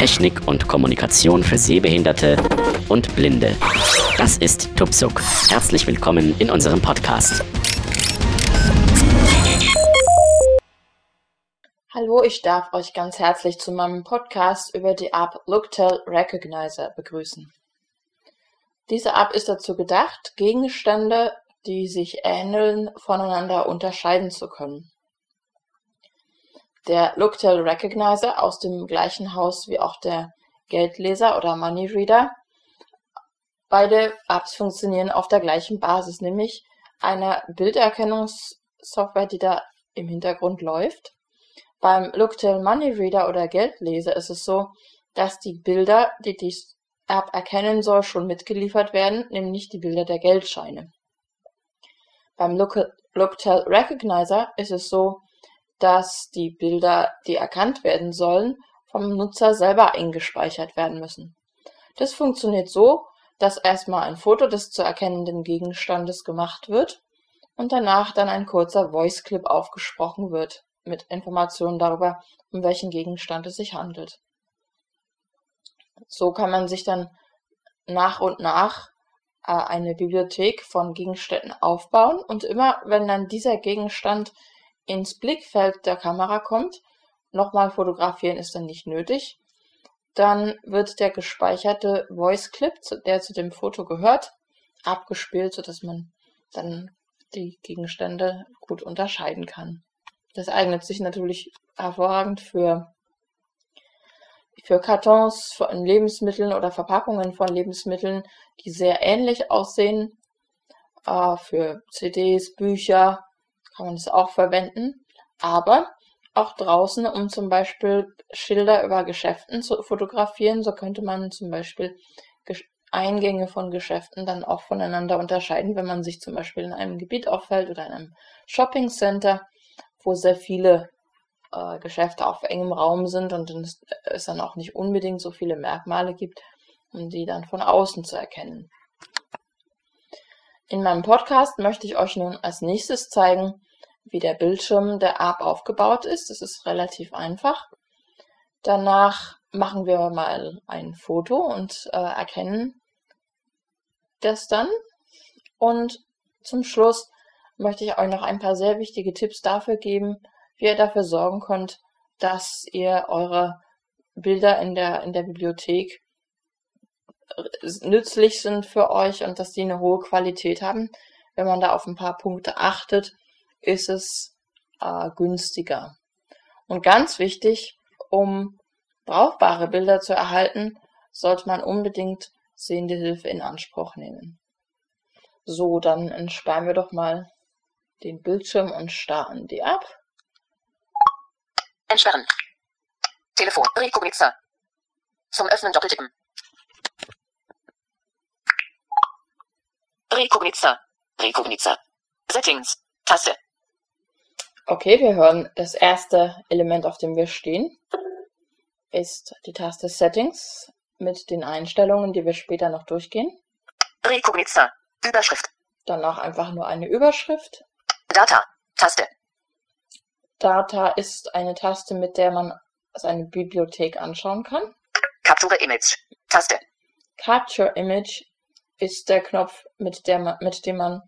Technik und Kommunikation für Sehbehinderte und Blinde. Das ist Tupsuk. Herzlich willkommen in unserem Podcast. Hallo, ich darf euch ganz herzlich zu meinem Podcast über die App Looktel Recognizer begrüßen. Diese App ist dazu gedacht, Gegenstände, die sich ähneln, voneinander unterscheiden zu können. Der Looktel Recognizer aus dem gleichen Haus wie auch der Geldleser oder Money Reader. Beide Apps funktionieren auf der gleichen Basis, nämlich einer Bilderkennungssoftware, die da im Hintergrund läuft. Beim Looktel Money Reader oder Geldleser ist es so, dass die Bilder, die die App erkennen soll, schon mitgeliefert werden, nämlich die Bilder der Geldscheine. Beim Looktel Recognizer ist es so, dass die Bilder, die erkannt werden sollen, vom Nutzer selber eingespeichert werden müssen. Das funktioniert so, dass erstmal ein Foto des zu erkennenden Gegenstandes gemacht wird und danach dann ein kurzer Voice-Clip aufgesprochen wird, mit Informationen darüber, um welchen Gegenstand es sich handelt. So kann man sich dann nach und nach eine Bibliothek von Gegenständen aufbauen und immer, wenn dann dieser Gegenstand ins Blickfeld der Kamera kommt, nochmal fotografieren ist dann nicht nötig, dann wird der gespeicherte Voice-Clip, der zu dem Foto gehört, abgespielt, sodass man dann die Gegenstände gut unterscheiden kann. Das eignet sich natürlich hervorragend für Kartons von Lebensmitteln oder Verpackungen von Lebensmitteln, die sehr ähnlich aussehen. Für CDs, Bücher kann man das auch verwenden. Aber auch draußen, um zum Beispiel Schilder über Geschäften zu fotografieren, so könnte man zum Beispiel Eingänge von Geschäften dann auch voneinander unterscheiden, wenn man sich zum Beispiel in einem Gebiet auffällt oder in einem Shopping-Center, wo sehr viele Geschäfte auf engem Raum sind und es dann auch nicht unbedingt so viele Merkmale gibt, um die dann von außen zu erkennen. In meinem Podcast möchte ich euch nun als nächstes zeigen, wie der Bildschirm der App aufgebaut ist. Das ist relativ einfach. Danach machen wir mal ein Foto und erkennen das dann. Und zum Schluss möchte ich euch noch ein paar sehr wichtige Tipps dafür geben, wie ihr dafür sorgen könnt, dass ihr eure Bilder in der Bibliothek nützlich sind für euch und dass die eine hohe Qualität haben. Wenn man da auf ein paar Punkte achtet, ist es günstiger. Und ganz wichtig, um brauchbare Bilder zu erhalten, sollte man unbedingt sehende Hilfe in Anspruch nehmen. So, dann entsperren wir doch mal den Bildschirm und starten die App. Entsperren. Telefon. Recognizer. Zum Öffnen doppeltippen. Recognizer. Recognizer. Settings. Taste. Okay, wir hören, das erste Element, auf dem wir stehen, ist die Taste Settings mit den Einstellungen, die wir später noch durchgehen. Recognizer. Überschrift. Danach einfach nur eine Überschrift. Data. Taste. Data ist eine Taste, mit der man seine Bibliothek anschauen kann. Capture Image. Taste. Capture Image ist der Knopf, mit dem man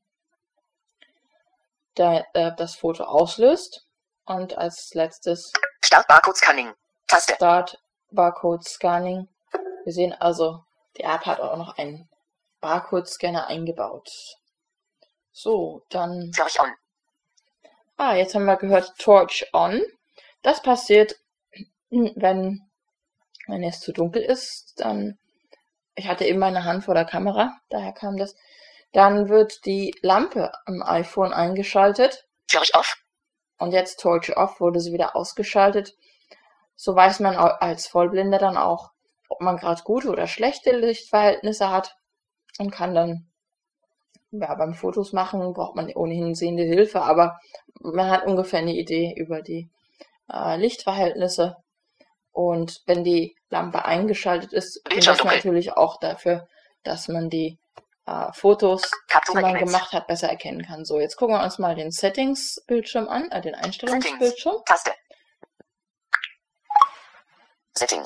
das Foto auslöst. Und als letztes Start Barcode Scanning. Taste. Start Barcode Scanning. Wir sehen also, die App hat auch noch einen Barcode-Scanner eingebaut. So, dann... Torch on. Jetzt haben wir gehört Torch on. Das passiert, wenn es zu dunkel ist. Dann, ich hatte eben meine Hand vor der Kamera, daher kam das. Dann wird die Lampe am iPhone eingeschaltet. Torch off. Und jetzt Torch off, wurde sie wieder ausgeschaltet. So weiß man als Vollblinder dann auch, ob man gerade gute oder schlechte Lichtverhältnisse hat und kann dann, beim Fotos machen braucht man ohnehin sehende Hilfe, aber man hat ungefähr eine Idee über die Lichtverhältnisse. Und wenn die Lampe eingeschaltet ist, ist das natürlich auch dafür, dass man die Fotos, die man gemacht hat, besser erkennen kann. So, jetzt gucken wir uns mal den Settings-Bildschirm an, den Einstellungsbildschirm. Taste. Settings.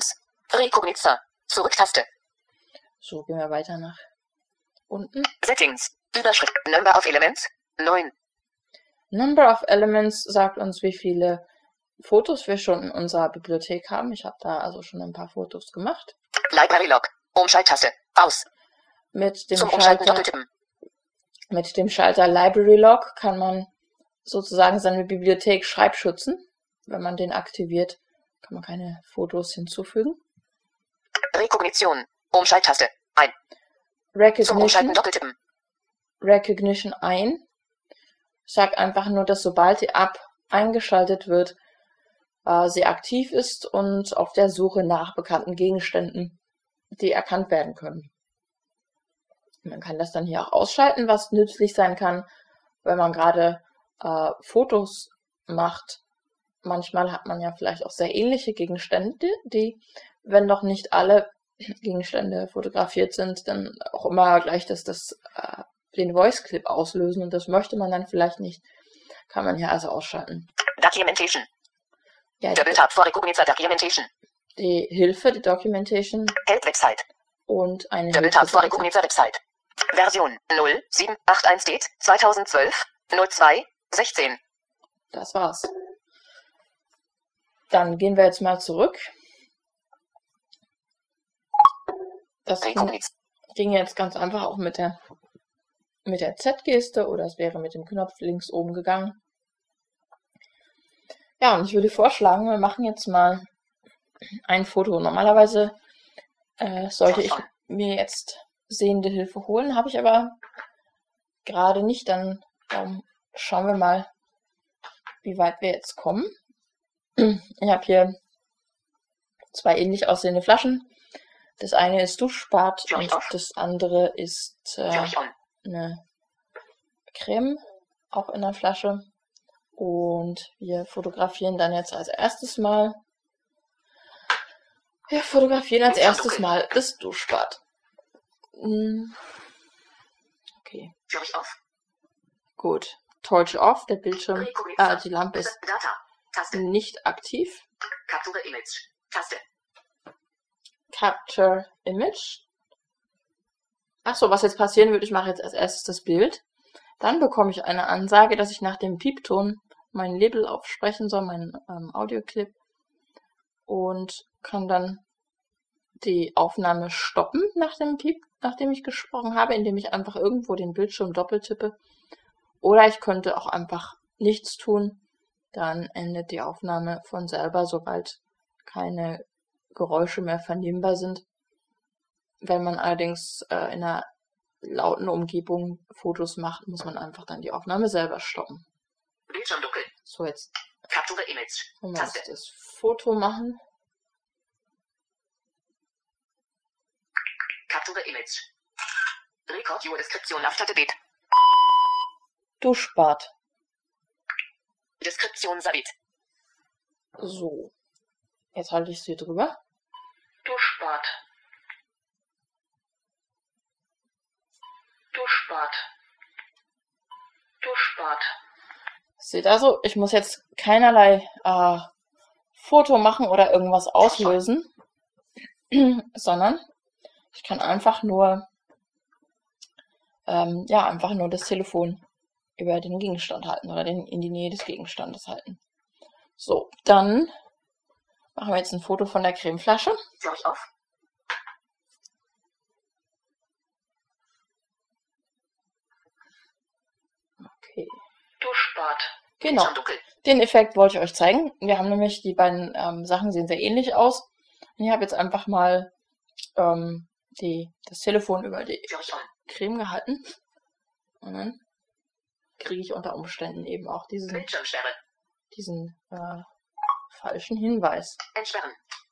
Rekognizer. Zurücktaste. So, gehen wir weiter nach unten. Settings. Überschrift. Number of Elements. 9. Number of Elements sagt uns, wie viele Fotos wir schon in unserer Bibliothek haben. Ich habe da also schon ein paar Fotos gemacht. Library Log. Umschalttaste. Aus. Mit dem Zum Umschalten Schalter, doppeltippen. mit dem Schalter Library Log kann man sozusagen seine Bibliothek schreibschützen. Wenn man den aktiviert, kann man keine Fotos hinzufügen. Rekognition. Umschalttaste. Ein. Zum Recognition, Umschalten doppeltippen. Recognition ein. Sagt einfach nur, dass sobald die App eingeschaltet wird, sie aktiv ist und auf der Suche nach bekannten Gegenständen, die erkannt werden können. Man kann das dann hier auch ausschalten, was nützlich sein kann, wenn man gerade Fotos macht. Manchmal hat man ja vielleicht auch sehr ähnliche Gegenstände, die, wenn doch nicht alle Gegenstände fotografiert sind, dann auch immer gleich den Voice Clip auslösen und das möchte man dann vielleicht nicht. Kann man hier also ausschalten. Documentation. Ja, Double Tap for Recognizer Documentation. die Hilfe, die Documentation Help Website. und eine Double Tap for Hilfe. Recognizer Website. Version 0781 steht 2012 02 16. Das war's. Dann gehen wir jetzt mal zurück. Das ging jetzt ganz einfach auch mit der Z-Geste oder es wäre mit dem Knopf links oben gegangen. Ja, und ich würde vorschlagen, wir machen jetzt mal ein Foto. Normalerweise sollte ich mir jetzt sehende Hilfe holen, habe ich aber gerade nicht. Dann schauen wir mal, wie weit wir jetzt kommen. Ich habe hier zwei ähnlich aussehende Flaschen. Das eine ist Duschbad und das andere ist eine Creme, auch in der Flasche. Und wir fotografieren dann jetzt als erstes mal. Wir fotografieren als erstes mal das Duschbad. Okay. Gut. Torch off, der Bildschirm, die Lampe ist nicht aktiv. Capture Image. Taste. Capture Image. Achso, was jetzt passieren wird, ich mache jetzt als erstes das Bild. Dann bekomme ich eine Ansage, dass ich nach dem Piepton mein Label aufsprechen soll, meinen Audioclip. Und kann dann die Aufnahme stoppen nachdem ich gesprochen habe, indem ich einfach irgendwo den Bildschirm doppeltippe. Oder ich könnte auch einfach nichts tun. Dann endet die Aufnahme von selber, sobald keine Geräusche mehr vernehmbar sind. Wenn man allerdings in einer lauten Umgebung Fotos macht, muss man einfach dann die Aufnahme selber stoppen. Bildschirm dunkel. So, jetzt Capture Image. wollen wir jetzt das Foto machen. Capture Image. Record your description after the beat. Duschbad. Deskription Sabit. So. Jetzt halte ich es hier drüber. Duschbad. Duschbad. Duschbad. Seht also, ich muss jetzt keinerlei Foto machen oder irgendwas auslösen, sondern ich kann einfach nur einfach nur das Telefon über den Gegenstand halten oder in die Nähe des Gegenstandes halten. So, dann machen wir jetzt ein Foto von der Cremeflasche. Führe ich auf. Okay. Duschbad. Genau. Den Effekt wollte ich euch zeigen. Wir haben nämlich die beiden Sachen sehen sehr ähnlich aus. Und ich habe jetzt einfach mal das Telefon über die Creme gehalten. Und dann kriege ich unter Umständen eben auch diesen falschen Hinweis. Entsperren.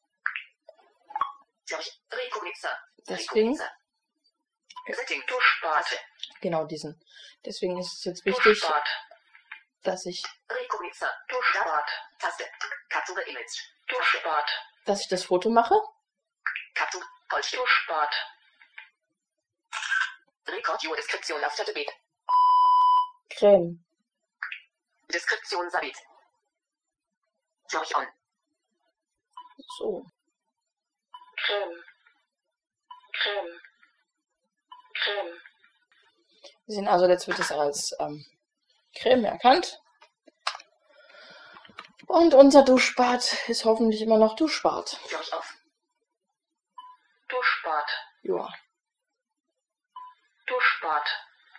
Deswegen, Duschbad. genau diesen. Deswegen ist es jetzt wichtig, dass ich Duschbad. Taste. Capture Image. Duschbad. dass ich das Foto mache. Capture. Duschbad. Record your description after the beat. Creme. Deskription Sabit. Führe ich on. So. Creme. Creme. Creme. Wir sehen also, jetzt wird es als Creme erkannt. Und unser Duschbad ist hoffentlich immer noch Duschbad. Führe ich auf. Duschbad. Ja. Duschbad.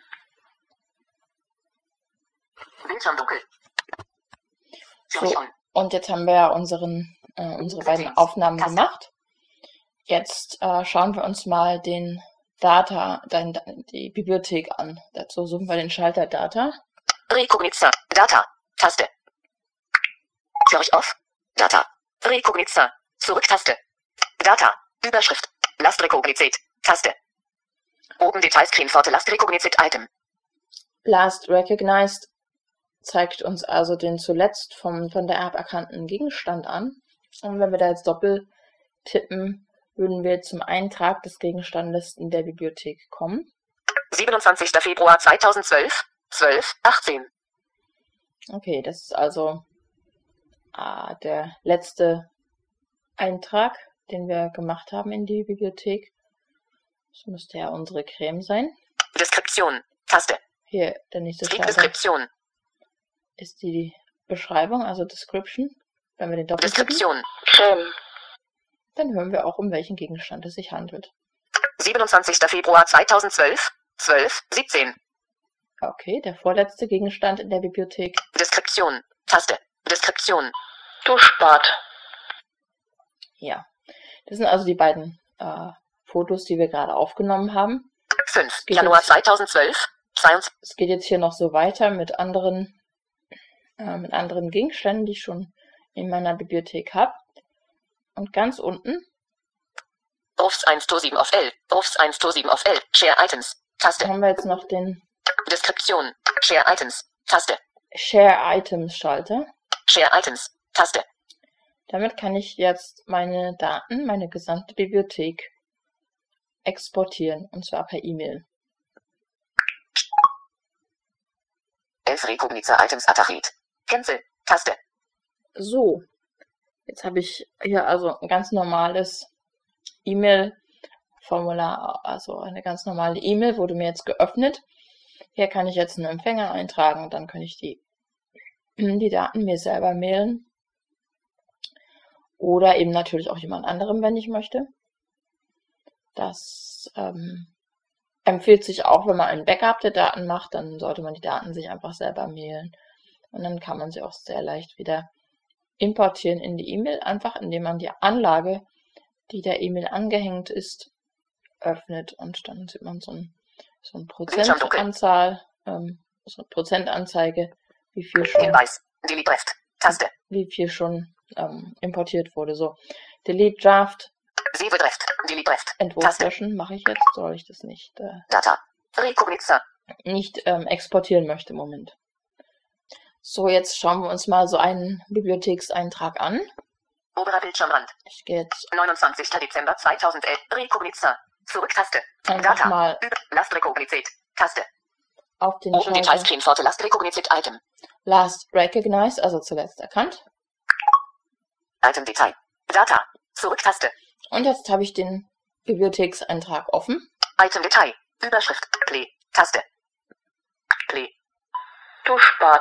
Bildschirm dunkel. Führe ich So, on. und jetzt haben wir ja unsere beiden Aufnahmen gemacht. Jetzt schauen wir uns mal die Bibliothek an. Dazu suchen wir den Schalter Data. Recognizzer. Data. Taste. Führe ich auf. Data. Recognizzer. Zurück-Taste. Data. Überschrift. Last Recognized. Taste. Oben Detailscreen for the Last Recognized Item. Last Recognized zeigt uns also den zuletzt von der App erkannten Gegenstand an. Und wenn wir da jetzt doppelt tippen, würden wir zum Eintrag des Gegenstandes in der Bibliothek kommen. 27. Februar 2012. 12:18. Okay, das ist also der letzte Eintrag, den wir gemacht haben in die Bibliothek. Das müsste ja unsere Creme sein. Deskription. Taste. Hier, der nächste Schalter Deskription. ist die Beschreibung, also Description. Wenn wir den doppelt tippen, Deskription. Creme. dann hören wir auch, um welchen Gegenstand es sich handelt. 27. Februar 2012. 12:17. Okay, der vorletzte Gegenstand in der Bibliothek. Deskription. Taste. Deskription. Duschbad. Ja, das sind also die beiden Fotos, die wir gerade aufgenommen haben. 5. Geht Januar jetzt- 2012. 22. Es geht jetzt hier noch so weiter mit anderen Gegenständen, die ich schon in meiner Bibliothek habe. Und ganz unten Rufs 127 auf L. Rufs 127 auf L. Share Items. Taste. haben wir jetzt noch den Deskription. Share Items. Taste. Share Items Schalter. Share Items. Taste. Damit kann ich jetzt meine Daten, meine gesamte Bibliothek exportieren, und zwar per E-Mail. 11 Recognizzer Items Atachit. Cancel. Taste. So, jetzt habe ich hier also ein ganz normales E-Mail-Formular, also eine ganz normale E-Mail wurde mir jetzt geöffnet. Hier kann ich jetzt einen Empfänger eintragen und dann kann ich die Daten mir selber mailen. Oder eben natürlich auch jemand anderem, wenn ich möchte. Das empfiehlt sich auch, wenn man ein Backup der Daten macht, dann sollte man die Daten sich einfach selber mailen. Und dann kann man sie auch sehr leicht wieder importieren in die E-Mail, einfach indem man die Anlage, die der E-Mail angehängt ist, öffnet und dann sieht man so eine Prozentanzahl, so eine Prozentanzeige, wie viel schon Hinweis. Delete Rest. Taste. importiert wurde. So, Delete Draft, Save Rest. Delete Rest. Entwurf Taste. löschen, mache ich jetzt, soll ich das nicht Data. Recognizzer. exportieren möchte im Moment. So, jetzt schauen wir uns mal so einen Bibliothekseintrag an. Oberer Bildschirmrand. Ich gehe jetzt 29. Dezember 2011. Recognizzer. Zurück-Taste. einfach Data. mal Last Recognized. Taste. auf den Oben Schalter Detailscreen for the Last Recognized Item. Last Recognized, also zuletzt erkannt. Item Detail. Data. Zurück-Taste. Und jetzt habe ich den Bibliothekseintrag offen. Item Detail. Überschrift. Play. Taste. Play. Duschbad.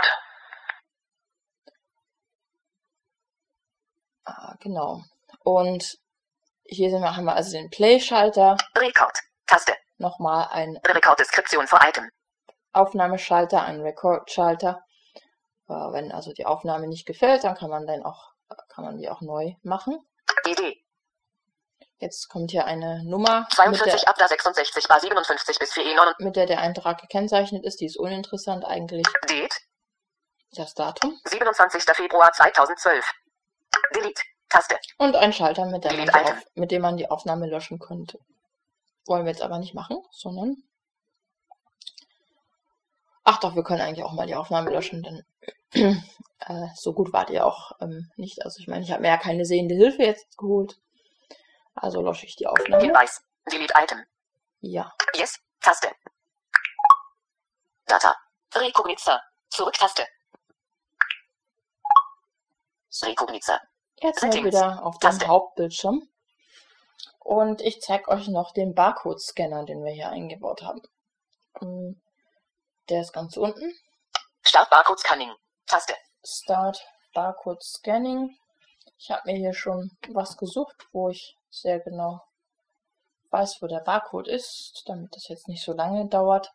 Genau. Und hier haben wir also den Play-Schalter, Record. Taste. nochmal ein Record-Deskription for Item. Aufnahmeschalter, ein Record-Schalter. Wenn also die Aufnahme nicht gefällt, dann kann man die auch neu machen. ID. Jetzt kommt hier eine Nummer, 42 Abda 66 bar 57 bis 4E9. mit der der Eintrag gekennzeichnet ist. Die ist uninteressant eigentlich. Date. Das Datum. 27. Februar 2012. Delete. Taste. Und ein Schalter, mit Delete dem man die Aufnahme löschen könnte. Wollen wir jetzt aber nicht machen, sondern... Ach doch, wir können eigentlich auch mal die Aufnahme löschen, denn so gut war die auch nicht. Also ich meine, ich habe mir ja keine sehende Hilfe jetzt geholt. Also lösche ich die Aufnahme. Hinweis. Delete Item. Ja. Yes. Taste. Data. Recognizzer. Zurück-Taste. Recognizzer. Jetzt sind wir Settings. wieder auf dem Taste. Hauptbildschirm. Und ich zeige euch noch den Barcode-Scanner, den wir hier eingebaut haben. Der ist ganz unten. Start Barcode Scanning. Taste. Start Barcode Scanning. Ich habe mir hier schon was gesucht, wo ich sehr genau weiß, wo der Barcode ist, damit das jetzt nicht so lange dauert.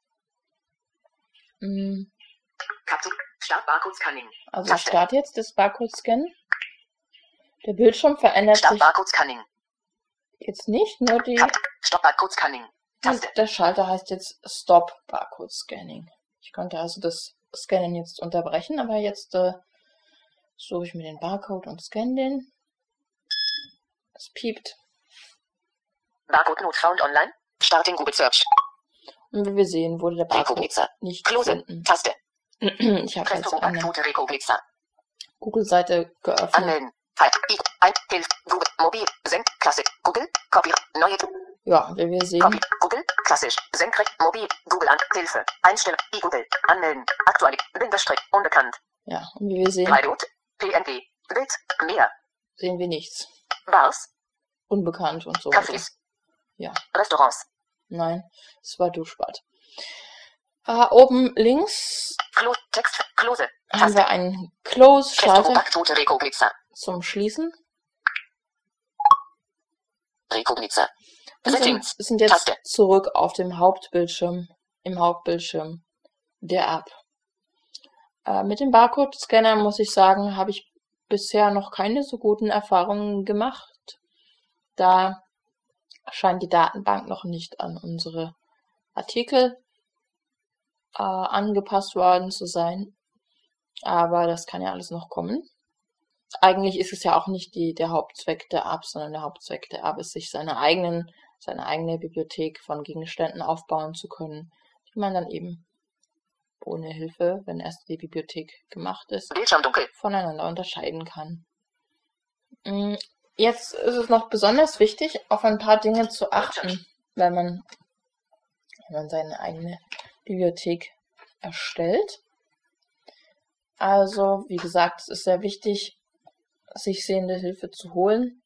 Kapsel. Start Barcode Scanning. Also ich Taste. starte jetzt das Barcode-Scan. Der Bildschirm verändert Start sich Barcode Scanning. jetzt nicht, nur die... Stop Barcode Scanning. Taste. Und der Schalter heißt jetzt Stop Barcode Scanning. Ich konnte also das Scannen jetzt unterbrechen, aber jetzt suche ich mir den Barcode und scanne den. Es piept. Barcode Not found online. Starting Google Search. Und wie wir sehen, wurde der Barcode Recognizer. nicht Close. gefunden. Taste. Ich habe jetzt Restaurant eine Aktote Recognizer. Google-Seite geöffnet. Anmelden. Hilf. Google. Mobil. Senk. Klassik. Google. Copy. Neue. Ja, wie wir sehen, Copy. Google. Klassisch. Senkrecht. Mobil. Google an. Hilfe. Einstellen. Google. Anmelden. Aktuell. Bindestrich. Unbekannt. ja, und wie wir sehen, Freidot. PNG. Bild. Mehr. sehen wir nichts. Bars. Unbekannt und so weiter. Cafés. Ja. Restaurants. Nein, es war Duschbad. Oben links Text. Close. haben Taste. wir einen Close-Schalter Aktote Recognizer. zum Schließen. Recognizer. Und Settings. sind jetzt Taste. zurück auf dem Hauptbildschirm, im Hauptbildschirm der App. Mit dem Barcode-Scanner, muss ich sagen, habe ich bisher noch keine so guten Erfahrungen gemacht. Da scheint die Datenbank noch nicht an unsere Artikel angepasst worden zu sein. Aber das kann ja alles noch kommen. Eigentlich ist es ja auch nicht der Hauptzweck der App, sondern der Hauptzweck der App ist, sich seine eigene Bibliothek von Gegenständen aufbauen zu können, die man dann eben ohne Hilfe, wenn erst die Bibliothek gemacht ist, Bildschirm dunkel. voneinander unterscheiden kann. Jetzt ist es noch besonders wichtig, auf ein paar Dinge zu achten, wenn man seine eigene Bibliothek erstellt. Also, wie gesagt, es ist sehr wichtig, sich sehende Hilfe zu holen.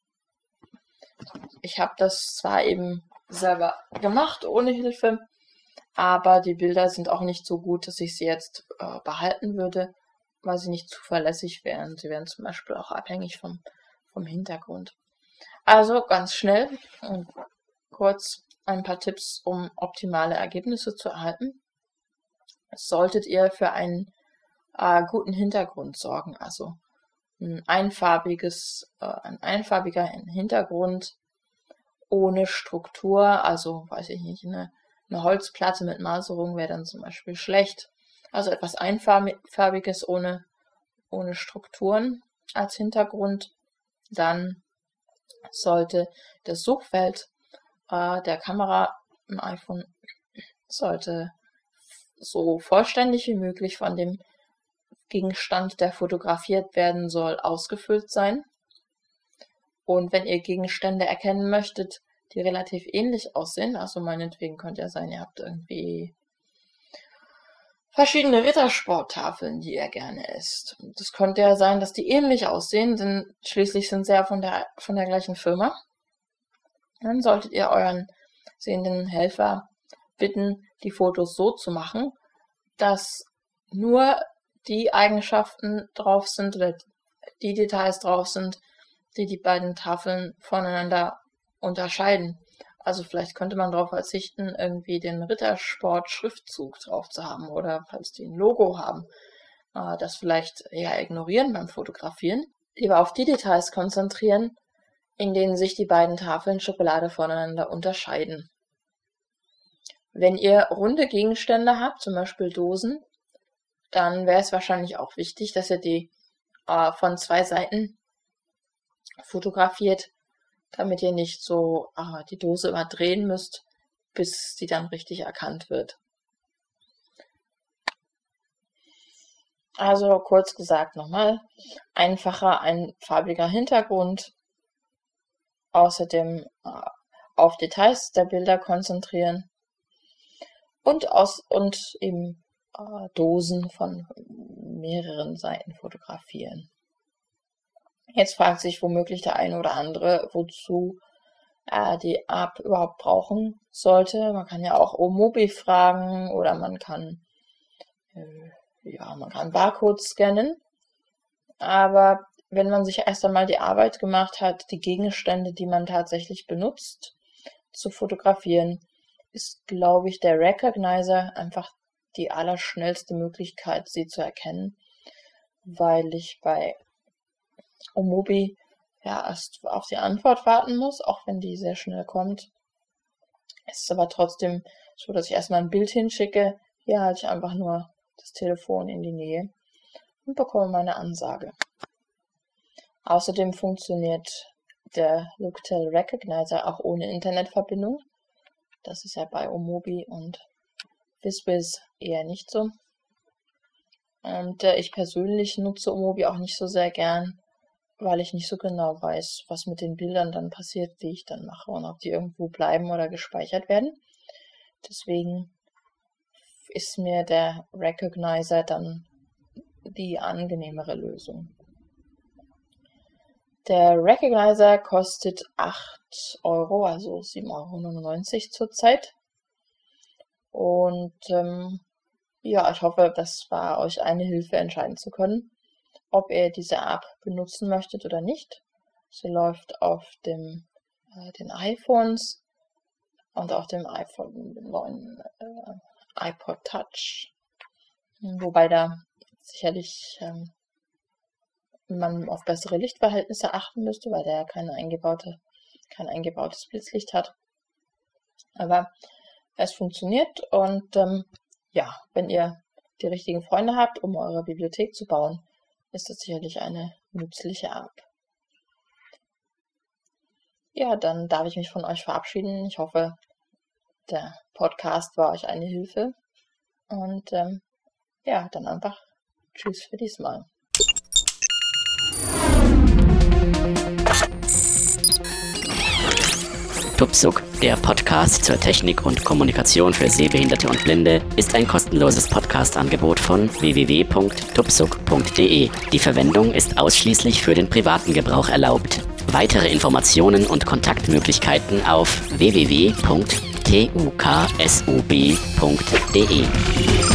Ich habe das zwar eben selber gemacht ohne Hilfe, aber die Bilder sind auch nicht so gut, dass ich sie jetzt behalten würde, weil sie nicht zuverlässig wären. Sie wären zum Beispiel auch abhängig vom Hintergrund. Also ganz schnell und kurz ein paar Tipps, um optimale Ergebnisse zu erhalten. Solltet ihr für einen guten Hintergrund sorgen, also ein einfarbiger Hintergrund ohne Struktur, also weiß ich nicht, eine Holzplatte mit Maserung wäre dann zum Beispiel schlecht. Also etwas Einfarbiges ohne Strukturen als Hintergrund. Dann sollte das Suchfeld der Kamera im iPhone sollte so vollständig wie möglich von dem Gegenstand, der fotografiert werden soll, ausgefüllt sein. Und wenn ihr Gegenstände erkennen möchtet, die relativ ähnlich aussehen, also meinetwegen könnte ja sein, ihr habt irgendwie verschiedene Rittersporttafeln, die ihr gerne esst. Das könnte ja sein, dass die ähnlich aussehen, denn schließlich sind sie ja von der gleichen Firma. Dann solltet ihr euren sehenden Helfer bitten, die Fotos so zu machen, dass nur die Eigenschaften drauf sind oder die Details drauf sind, die die beiden Tafeln voneinander unterscheiden. Also vielleicht könnte man darauf verzichten, irgendwie den Rittersport-Schriftzug drauf zu haben oder falls die ein Logo haben, das vielleicht eher ignorieren beim Fotografieren. Lieber auf die Details konzentrieren, in denen sich die beiden Tafeln Schokolade voneinander unterscheiden. Wenn ihr runde Gegenstände habt, zum Beispiel Dosen, dann wäre es wahrscheinlich auch wichtig, dass ihr die von zwei Seiten fotografiert, damit ihr nicht so die Dose immer drehen müsst, bis sie dann richtig erkannt wird. Also kurz gesagt nochmal, einfacher, einfarbiger Hintergrund, außerdem auf Details der Bilder konzentrieren und eben Dosen von mehreren Seiten fotografieren. Jetzt fragt sich womöglich der eine oder andere, wozu die App überhaupt brauchen sollte. Man kann ja auch Omobi fragen oder man kann Barcodes scannen. Aber wenn man sich erst einmal die Arbeit gemacht hat, die Gegenstände, die man tatsächlich benutzt, zu fotografieren, ist, glaube ich, der Recognizer einfach die allerschnellste Möglichkeit, sie zu erkennen, weil ich bei Omobi erst auf die Antwort warten muss, auch wenn die sehr schnell kommt. Es ist aber trotzdem so, dass ich erstmal ein Bild hinschicke. Hier halte ich einfach nur das Telefon in die Nähe und bekomme meine Ansage. Außerdem funktioniert der Looktel Recognizer auch ohne Internetverbindung. Das ist ja bei Omobi und WizWiz eher nicht so. Und ich persönlich nutze Omobi auch nicht so sehr gern, weil ich nicht so genau weiß, was mit den Bildern dann passiert, die ich dann mache und ob die irgendwo bleiben oder gespeichert werden. Deswegen ist mir der Recognizer dann die angenehmere Lösung. Der Recognizer kostet 8 Euro, also 7,99 € zurzeit. Und ich hoffe, das war euch eine Hilfe, entscheiden zu können, ob ihr diese App benutzen möchtet oder nicht. Sie läuft auf den iPhones und auf dem neuen iPod Touch. Wobei da sicherlich man auf bessere Lichtverhältnisse achten müsste, weil der kein eingebautes Blitzlicht hat. Aber es funktioniert und wenn ihr die richtigen Freunde habt, um eure Bibliothek zu bauen, ist das sicherlich eine nützliche App. Ja, dann darf ich mich von euch verabschieden. Ich hoffe, der Podcast war euch eine Hilfe. Und dann einfach tschüss für diesmal. Tupsuk, der Podcast zur Technik und Kommunikation für Sehbehinderte und Blinde, ist ein kostenloses Podcast-Angebot von www.tupsuk.de. Die Verwendung ist ausschließlich für den privaten Gebrauch erlaubt. Weitere Informationen und Kontaktmöglichkeiten auf www.tuksub.de.